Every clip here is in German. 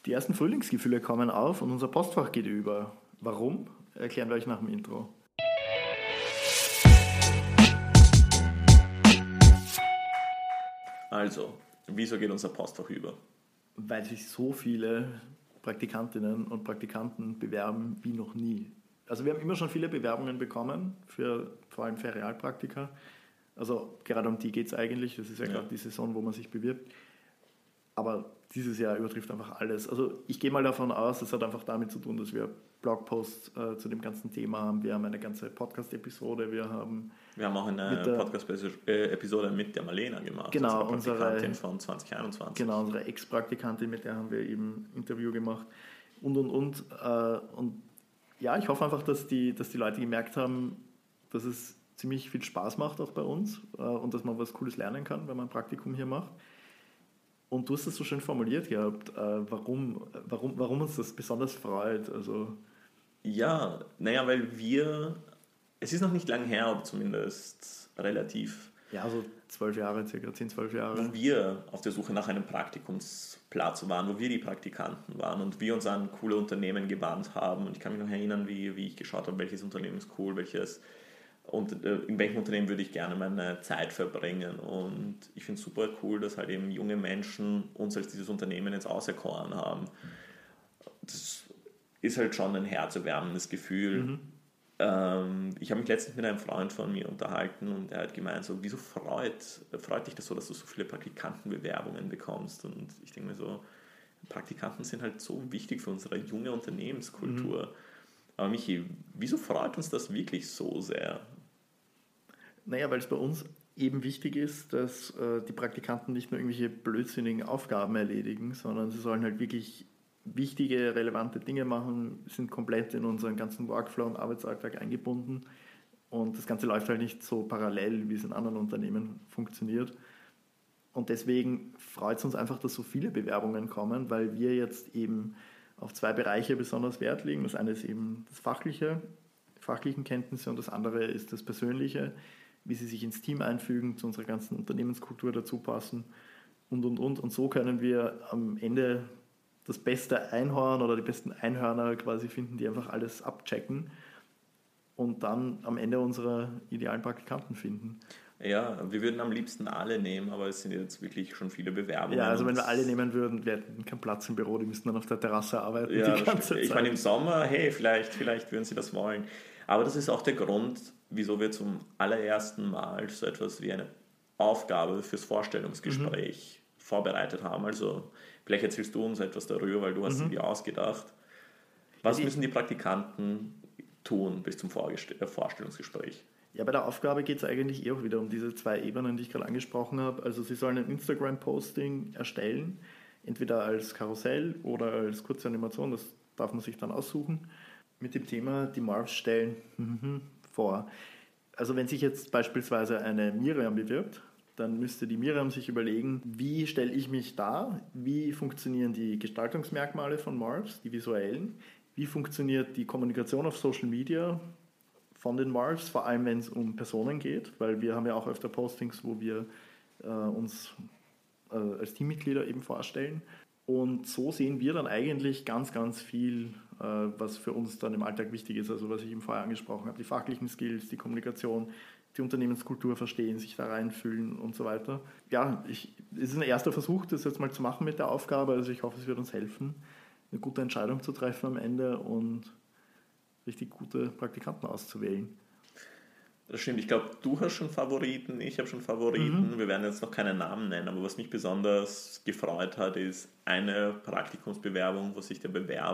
Die ersten Frühlingsgefühle kommen auf und unser Postfach geht über. Warum? Erklären wir euch nach dem Intro. Also, wieso geht unser Postfach über? Weil sich so viele Praktikantinnen und Praktikanten bewerben wie noch nie. Also wir haben immer schon viele Bewerbungen bekommen, vor allem für Realpraktika. Also gerade um die geht es eigentlich, das ist ja gerade die Saison, wo man sich bewirbt. Aber dieses Jahr übertrifft einfach alles. Also ich gehe mal davon aus, es hat einfach damit zu tun, dass wir Blogposts zu dem ganzen Thema haben. Wir haben eine ganze Podcast-Episode. Wir haben auch eine Podcast-Episode mit der Marlena gemacht, genau, unsere Praktikantin von 2021. Genau, unsere Ex-Praktikantin, mit der haben wir eben ein Interview gemacht und ja, ich hoffe einfach, dass die Leute gemerkt haben, dass es ziemlich viel Spaß macht auch bei uns und dass man was Cooles lernen kann, wenn man ein Praktikum hier macht. Und du hast das so schön formuliert gehabt, warum uns das besonders freut. Also ja, weil es ist noch nicht lang her, aber zumindest relativ. Ja, so 12 Jahre, circa 10, 12 Jahre. Wo wir auf der Suche nach einem Praktikumsplatz waren, wo wir die Praktikanten waren und wir uns an coole Unternehmen gewandt haben. Und ich kann mich noch erinnern, wie ich geschaut habe, welches Unternehmen ist cool, und in welchem Unternehmen würde ich gerne meine Zeit verbringen. Und ich finde es super cool, dass halt eben junge Menschen uns als dieses Unternehmen jetzt auserkoren haben. Das ist halt schon ein herzerwärmendes Gefühl. Mhm. Ich habe mich letztens mit einem Freund von mir unterhalten und er hat gemeint, so, wieso freut dich das so, dass du so viele Praktikantenbewerbungen bekommst? Und ich denke mir so, Praktikanten sind halt so wichtig für unsere junge Unternehmenskultur. Aber Michi, wieso freut uns das wirklich so sehr? Naja, weil es bei uns eben wichtig ist, dass die Praktikanten nicht nur irgendwelche blödsinnigen Aufgaben erledigen, sondern sie sollen halt wirklich wichtige, relevante Dinge machen, sind komplett in unseren ganzen Workflow und Arbeitsalltag eingebunden und das Ganze läuft halt nicht so parallel, wie es in anderen Unternehmen funktioniert. Und deswegen freut es uns einfach, dass so viele Bewerbungen kommen, weil wir jetzt eben auf zwei Bereiche besonders Wert legen. Das eine ist eben das fachlichen Kenntnisse und das andere ist das Persönliche, wie sie sich ins Team einfügen, zu unserer ganzen Unternehmenskultur dazu passen und. Und so können wir am Ende das beste Einhorn oder die besten Einhörner quasi finden, die einfach alles abchecken und dann am Ende unsere idealen Praktikanten finden. Ja, wir würden am liebsten alle nehmen, aber es sind jetzt wirklich schon viele Bewerbungen. Ja, also wenn wir alle nehmen würden, wir hätten keinen Platz im Büro, die müssten dann auf der Terrasse arbeiten ja, die ganze Zeit. Ich meine, im Sommer, hey, vielleicht würden sie das wollen. Aber das ist auch der Grund, wieso wir zum allerersten Mal so etwas wie eine Aufgabe fürs Vorstellungsgespräch vorbereitet haben. Also vielleicht erzählst du uns etwas darüber, weil du hast sie dir ausgedacht. Was müssen die Praktikanten tun bis zum Vorstellungsgespräch? Ja, bei der Aufgabe geht es eigentlich auch wieder um diese zwei Ebenen, die ich gerade angesprochen habe. Also sie sollen ein Instagram-Posting erstellen, entweder als Karussell oder als kurze Animation, das darf man sich dann aussuchen, mit dem Thema, die Marvs stellen vor. Also wenn sich jetzt beispielsweise eine Miriam bewirbt, dann müsste die Miriam sich überlegen, wie stelle ich mich dar, wie funktionieren die Gestaltungsmerkmale von Marvs, die visuellen, wie funktioniert die Kommunikation auf Social Media von den Marvs, vor allem wenn es um Personen geht, weil wir haben ja auch öfter Postings, wo wir uns als Teammitglieder eben vorstellen. Und so sehen wir dann eigentlich ganz, ganz viel, was für uns dann im Alltag wichtig ist, also was ich eben vorher angesprochen habe, die fachlichen Skills, die Kommunikation, die Unternehmenskultur verstehen, sich da reinfühlen und so weiter. Ja, es ist ein erster Versuch, das jetzt mal zu machen mit der Aufgabe, also ich hoffe, es wird uns helfen, eine gute Entscheidung zu treffen am Ende und richtig gute Praktikanten auszuwählen. Das stimmt, ich glaube, du hast schon Favoriten, ich habe schon Favoriten. Wir werden jetzt noch keinen Namen nennen, aber was mich besonders gefreut hat, ist eine Praktikumsbewerbung, wo sich der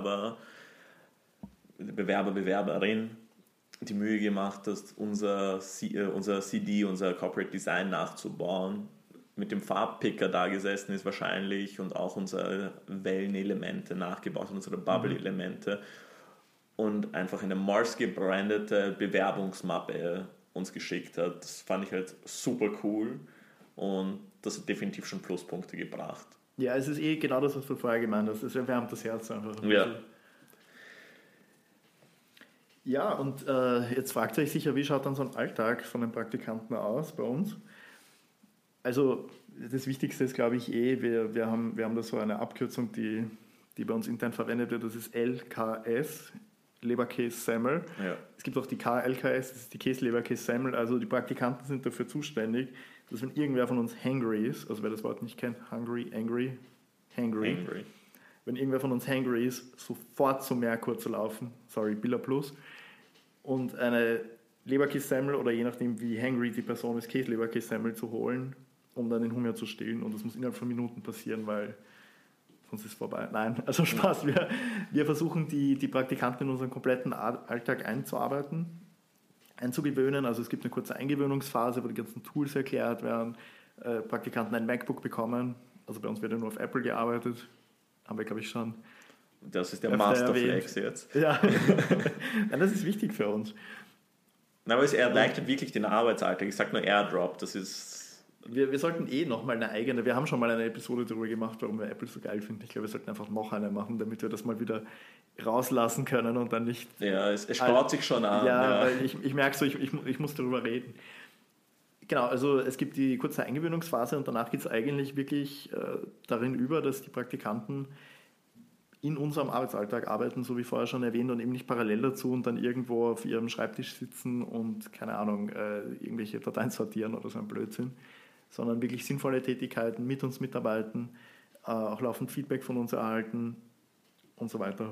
Bewerberin die Mühe gemacht hat, unser CD, unser Corporate Design nachzubauen, mit dem Farbpicker da gesessen ist wahrscheinlich und auch unsere Wellenelemente nachgebaut, unsere Bubble-Elemente und einfach eine Mars gebrandete Bewerbungsmappe uns geschickt hat. Das fand ich halt super cool und das hat definitiv schon Pluspunkte gebracht. Ja, es ist genau das, was du vorher gemeint hast. Es erwärmt das Herz einfach. Ja. Ja, und jetzt fragt ihr euch sicher, wie schaut dann so ein Alltag von den Praktikanten aus bei uns? Also das Wichtigste ist, glaube ich, wir haben da so eine Abkürzung, die die bei uns intern verwendet wird, das ist LKS, Leberkäse-Semmel. Ja. Es gibt auch die KLKS, das ist die Käse-Leberkäse-Semmel. Also die Praktikanten sind dafür zuständig, dass wenn irgendwer von uns hangry ist, also wer das Wort nicht kennt, hungry, angry, hangry. Wenn irgendwer von uns hangry ist, sofort zum Merkur zu laufen, sorry, Billa Plus, und eine Leberkäse-Semmel oder je nachdem wie hangry die Person ist, Käse-Leberkäse-Semmel zu holen, um dann den Hunger zu stillen. Und das muss innerhalb von Minuten passieren, weil sonst ist es vorbei. Nein, also Spaß. Wir versuchen die Praktikanten in unseren kompletten Alltag einzugewöhnen. Also es gibt eine kurze Eingewöhnungsphase, wo die ganzen Tools erklärt werden. Praktikanten ein MacBook bekommen. Also bei uns wird ja nur auf Apple gearbeitet. Haben wir, glaube ich, schon. Das ist der Masterflex jetzt. Ja, nein, das ist wichtig für uns. Nein, aber es erleichtert wirklich den Arbeitsalltag. Ich sage nur AirDrop, das ist... Wir sollten nochmal eine eigene, wir haben schon mal eine Episode darüber gemacht, warum wir Apple so geil finden. Ich glaube, wir sollten einfach noch eine machen, damit wir das mal wieder rauslassen können und dann nicht... Ja, es staut sich schon an. Ja, weil ich merke so, ich muss darüber reden. Genau, also es gibt die kurze Eingewöhnungsphase und danach geht es eigentlich wirklich darin über, dass die Praktikanten in unserem Arbeitsalltag arbeiten, so wie vorher schon erwähnt, und eben nicht parallel dazu und dann irgendwo auf ihrem Schreibtisch sitzen und, keine Ahnung, irgendwelche Dateien sortieren oder so ein Blödsinn, sondern wirklich sinnvolle Tätigkeiten, mit uns mitarbeiten, auch laufend Feedback von uns erhalten und so weiter.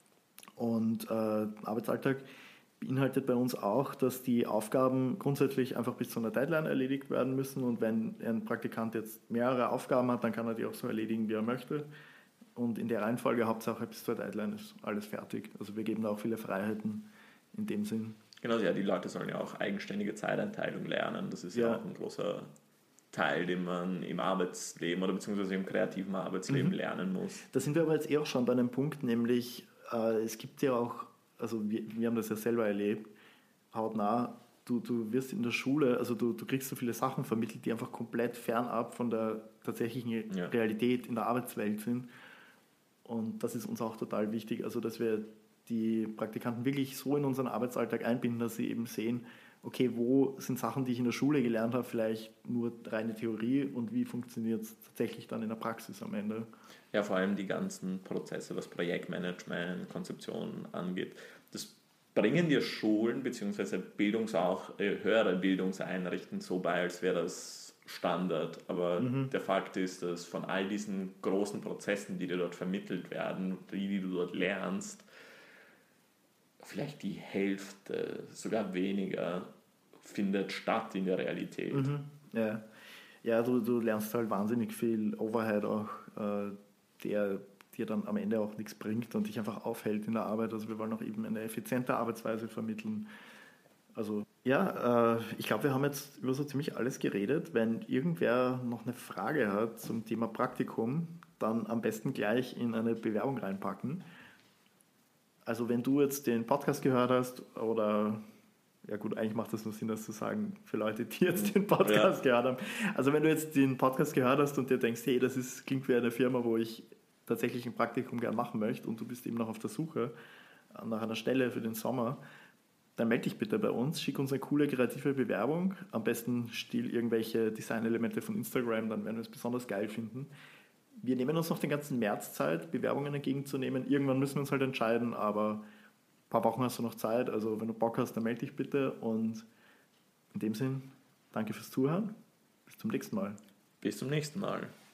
Und Arbeitsalltag beinhaltet bei uns auch, dass die Aufgaben grundsätzlich einfach bis zu einer Deadline erledigt werden müssen, und wenn ein Praktikant jetzt mehrere Aufgaben hat, dann kann er die auch so erledigen, wie er möchte. Und in der Reihenfolge, Hauptsache bis zur Deadline ist alles fertig. Also wir geben da auch viele Freiheiten in dem Sinn. Genau, ja, die Leute sollen ja auch eigenständige Zeiteinteilung lernen. Das ist ja auch ein großer Teil, den man im Arbeitsleben oder beziehungsweise im kreativen Arbeitsleben lernen muss. Da sind wir aber jetzt auch schon bei einem Punkt, nämlich es gibt ja auch, also wir haben das ja selber erlebt, hautnah, du wirst in der Schule, also du kriegst so viele Sachen vermittelt, die einfach komplett fernab von der tatsächlichen Realität in der Arbeitswelt sind. Und das ist uns auch total wichtig, also dass wir die Praktikanten wirklich so in unseren Arbeitsalltag einbinden, dass sie eben sehen, okay, wo sind Sachen, die ich in der Schule gelernt habe, vielleicht nur reine Theorie, und wie funktioniert es tatsächlich dann in der Praxis am Ende. Ja, vor allem die ganzen Prozesse, was Projektmanagement, Konzeption angeht. Das bringen dir Schulen bzw. höhere Bildungseinrichtungen so bei, als wäre das Standard, aber der Fakt ist, dass von all diesen großen Prozessen, die dir dort vermittelt werden, die du dort lernst, vielleicht die Hälfte, sogar weniger, findet statt in der Realität. Ja, du lernst halt wahnsinnig viel Overhead auch, der dir dann am Ende auch nichts bringt und dich einfach aufhält in der Arbeit. Also wir wollen auch eben eine effiziente Arbeitsweise vermitteln. Also ja, ich glaube, wir haben jetzt über so ziemlich alles geredet. Wenn irgendwer noch eine Frage hat zum Thema Praktikum, dann am besten gleich in eine Bewerbung reinpacken. Also wenn du jetzt den Podcast gehört hast oder, ja gut, eigentlich macht das nur Sinn, das zu sagen für Leute, die jetzt den Podcast gehört haben. Also wenn du jetzt den Podcast gehört hast und dir denkst, hey, klingt wie eine Firma, wo ich tatsächlich ein Praktikum gerne machen möchte, und du bist eben noch auf der Suche nach einer Stelle für den Sommer, dann melde dich bitte bei uns, schick uns eine coole kreative Bewerbung, am besten Stil irgendwelche Designelemente von Instagram, dann werden wir es besonders geil finden. Wir nehmen uns noch den ganzen März Zeit, Bewerbungen entgegenzunehmen. Irgendwann müssen wir uns halt entscheiden, aber ein paar Wochen hast du noch Zeit, also wenn du Bock hast, dann melde dich bitte, und in dem Sinn, danke fürs Zuhören, bis zum nächsten Mal. Bis zum nächsten Mal.